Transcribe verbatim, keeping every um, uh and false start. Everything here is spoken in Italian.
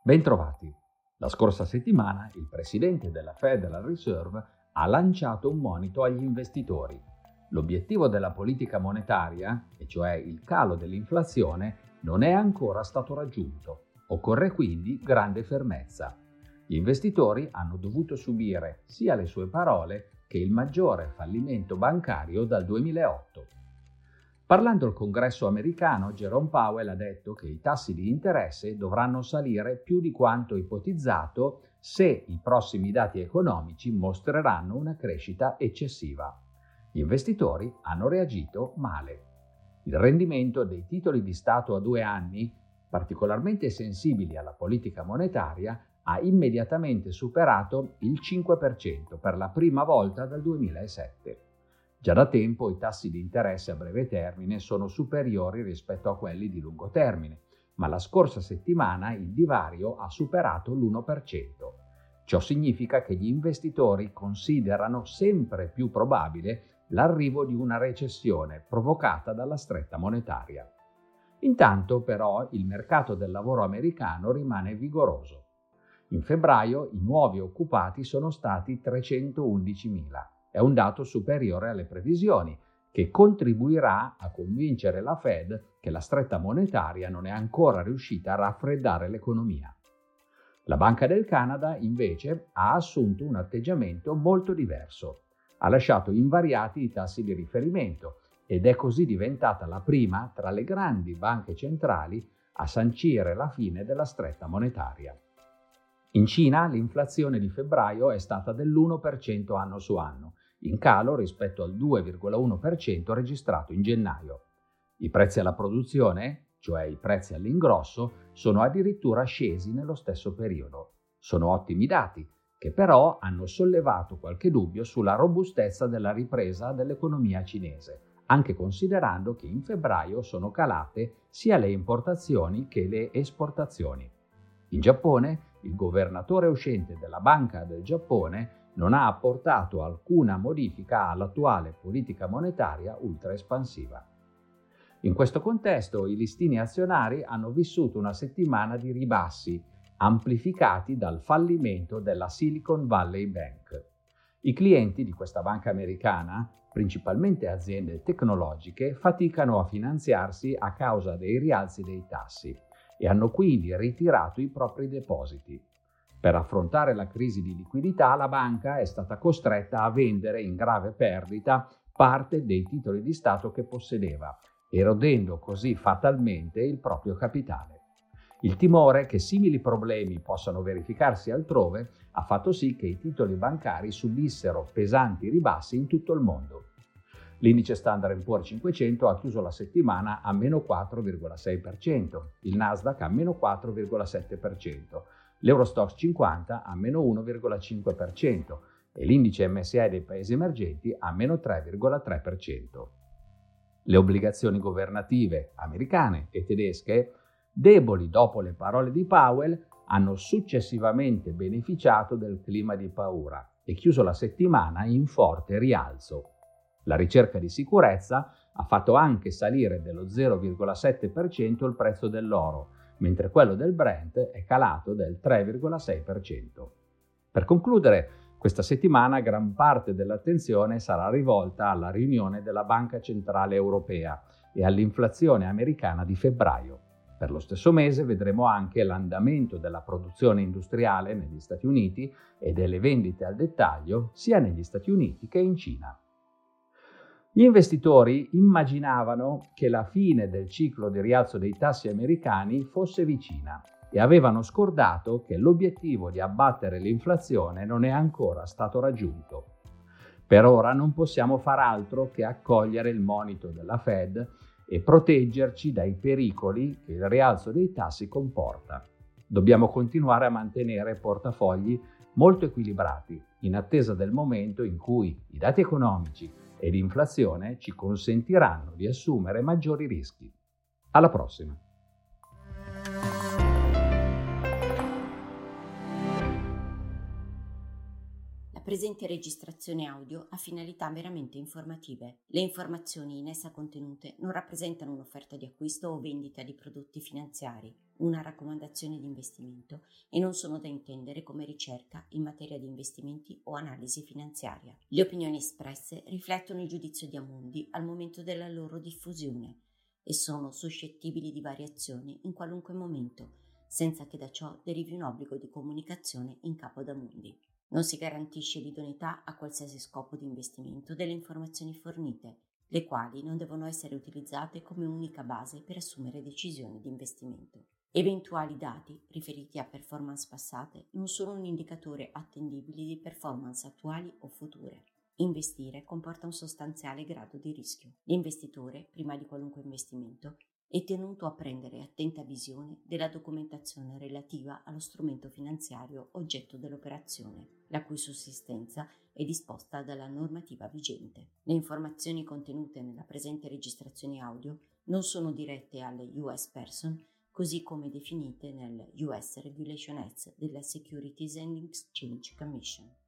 Bentrovati. La scorsa settimana il presidente della Federal Reserve ha lanciato un monito agli investitori. L'obiettivo della politica monetaria, e cioè il calo dell'inflazione, non è ancora stato raggiunto. Occorre quindi grande fermezza. Gli investitori hanno dovuto subire sia le sue parole che il maggiore fallimento bancario dal duemilaotto. Parlando al Congresso americano, Jerome Powell ha detto che i tassi di interesse dovranno salire più di quanto ipotizzato se i prossimi dati economici mostreranno una crescita eccessiva. Gli investitori hanno reagito male. Il rendimento dei titoli di Stato a due anni, particolarmente sensibili alla politica monetaria, ha immediatamente superato il cinque per cento per la prima volta dal duemilasette. Già da tempo i tassi di interesse a breve termine sono superiori rispetto a quelli di lungo termine, ma la scorsa settimana il divario ha superato l'uno per cento. Ciò significa che gli investitori considerano sempre più probabile l'arrivo di una recessione provocata dalla stretta monetaria. Intanto, però, il mercato del lavoro americano rimane vigoroso. In febbraio i nuovi occupati sono stati trecentoundicimila. È un dato superiore alle previsioni, che contribuirà a convincere la Fed che la stretta monetaria non è ancora riuscita a raffreddare l'economia. La Banca del Canada, invece, ha assunto un atteggiamento molto diverso. Ha lasciato invariati i tassi di riferimento ed è così diventata la prima tra le grandi banche centrali a sancire la fine della stretta monetaria. In Cina l'inflazione di febbraio è stata dell'uno per cento anno su anno, in calo rispetto al due virgola uno per cento registrato in gennaio. I prezzi alla produzione, cioè i prezzi all'ingrosso, sono addirittura scesi nello stesso periodo. Sono ottimi dati, che però hanno sollevato qualche dubbio sulla robustezza della ripresa dell'economia cinese, anche considerando che in febbraio sono calate sia le importazioni che le esportazioni. In Giappone, il governatore uscente della Banca del Giappone non ha apportato alcuna modifica all'attuale politica monetaria ultra espansiva. In questo contesto, i listini azionari hanno vissuto una settimana di ribassi, amplificati dal fallimento della Silicon Valley Bank. I clienti di questa banca americana, principalmente aziende tecnologiche, faticano a finanziarsi a causa dei rialzi dei tassi e hanno quindi ritirato i propri depositi. Per affrontare la crisi di liquidità, la banca è stata costretta a vendere in grave perdita parte dei titoli di Stato che possedeva, erodendo così fatalmente il proprio capitale. Il timore che simili problemi possano verificarsi altrove ha fatto sì che i titoli bancari subissero pesanti ribassi in tutto il mondo. L'indice Standard and Poor's cinquecento ha chiuso la settimana a meno quattro virgola sei per cento, il Nasdaq a meno quattro virgola sette per cento, l'Eurostoxx cinquanta a meno uno virgola cinque per cento e l'indice M S I dei paesi emergenti a meno tre virgola tre per cento. Le obbligazioni governative americane e tedesche, deboli dopo le parole di Powell, hanno successivamente beneficiato del clima di paura e chiuso la settimana in forte rialzo. La ricerca di sicurezza ha fatto anche salire dello zero virgola sette per cento il prezzo dell'oro, mentre quello del Brent è calato del tre virgola sei per cento. Per concludere, questa settimana gran parte dell'attenzione sarà rivolta alla riunione della Banca Centrale Europea e all'inflazione americana di febbraio. Per lo stesso mese vedremo anche l'andamento della produzione industriale negli Stati Uniti e delle vendite al dettaglio sia negli Stati Uniti che in Cina. Gli investitori immaginavano che la fine del ciclo di rialzo dei tassi americani fosse vicina e avevano scordato che l'obiettivo di abbattere l'inflazione non è ancora stato raggiunto. Per ora non possiamo far altro che accogliere il monito della Fed e proteggerci dai pericoli che il rialzo dei tassi comporta. Dobbiamo continuare a mantenere portafogli molto equilibrati, in attesa del momento in cui i dati economici e l'inflazione ci consentiranno di assumere maggiori rischi. Alla prossima! presente registrazione audio ha finalità meramente informative. Le informazioni in essa contenute non rappresentano un'offerta di acquisto o vendita di prodotti finanziari, una raccomandazione di investimento e non sono da intendere come ricerca in materia di investimenti o analisi finanziaria. Le opinioni espresse riflettono il giudizio di Amundi al momento della loro diffusione e sono suscettibili di variazioni in qualunque momento, senza che da ciò derivi un obbligo di comunicazione in capo ad Amundi. Non si garantisce l'idoneità a qualsiasi scopo di investimento delle informazioni fornite, le quali non devono essere utilizzate come unica base per assumere decisioni di investimento. Eventuali dati riferiti a performance passate non sono un indicatore attendibile di performance attuali o future. Investire comporta un sostanziale grado di rischio. L'investitore, prima di qualunque investimento, è tenuto a prendere attenta visione della documentazione relativa allo strumento finanziario oggetto dell'operazione, la cui sussistenza è disposta dalla normativa vigente. Le informazioni contenute nella presente registrazione audio non sono dirette alle U S Person, così come definite nel U S Regulation Act della Securities and Exchange Commission.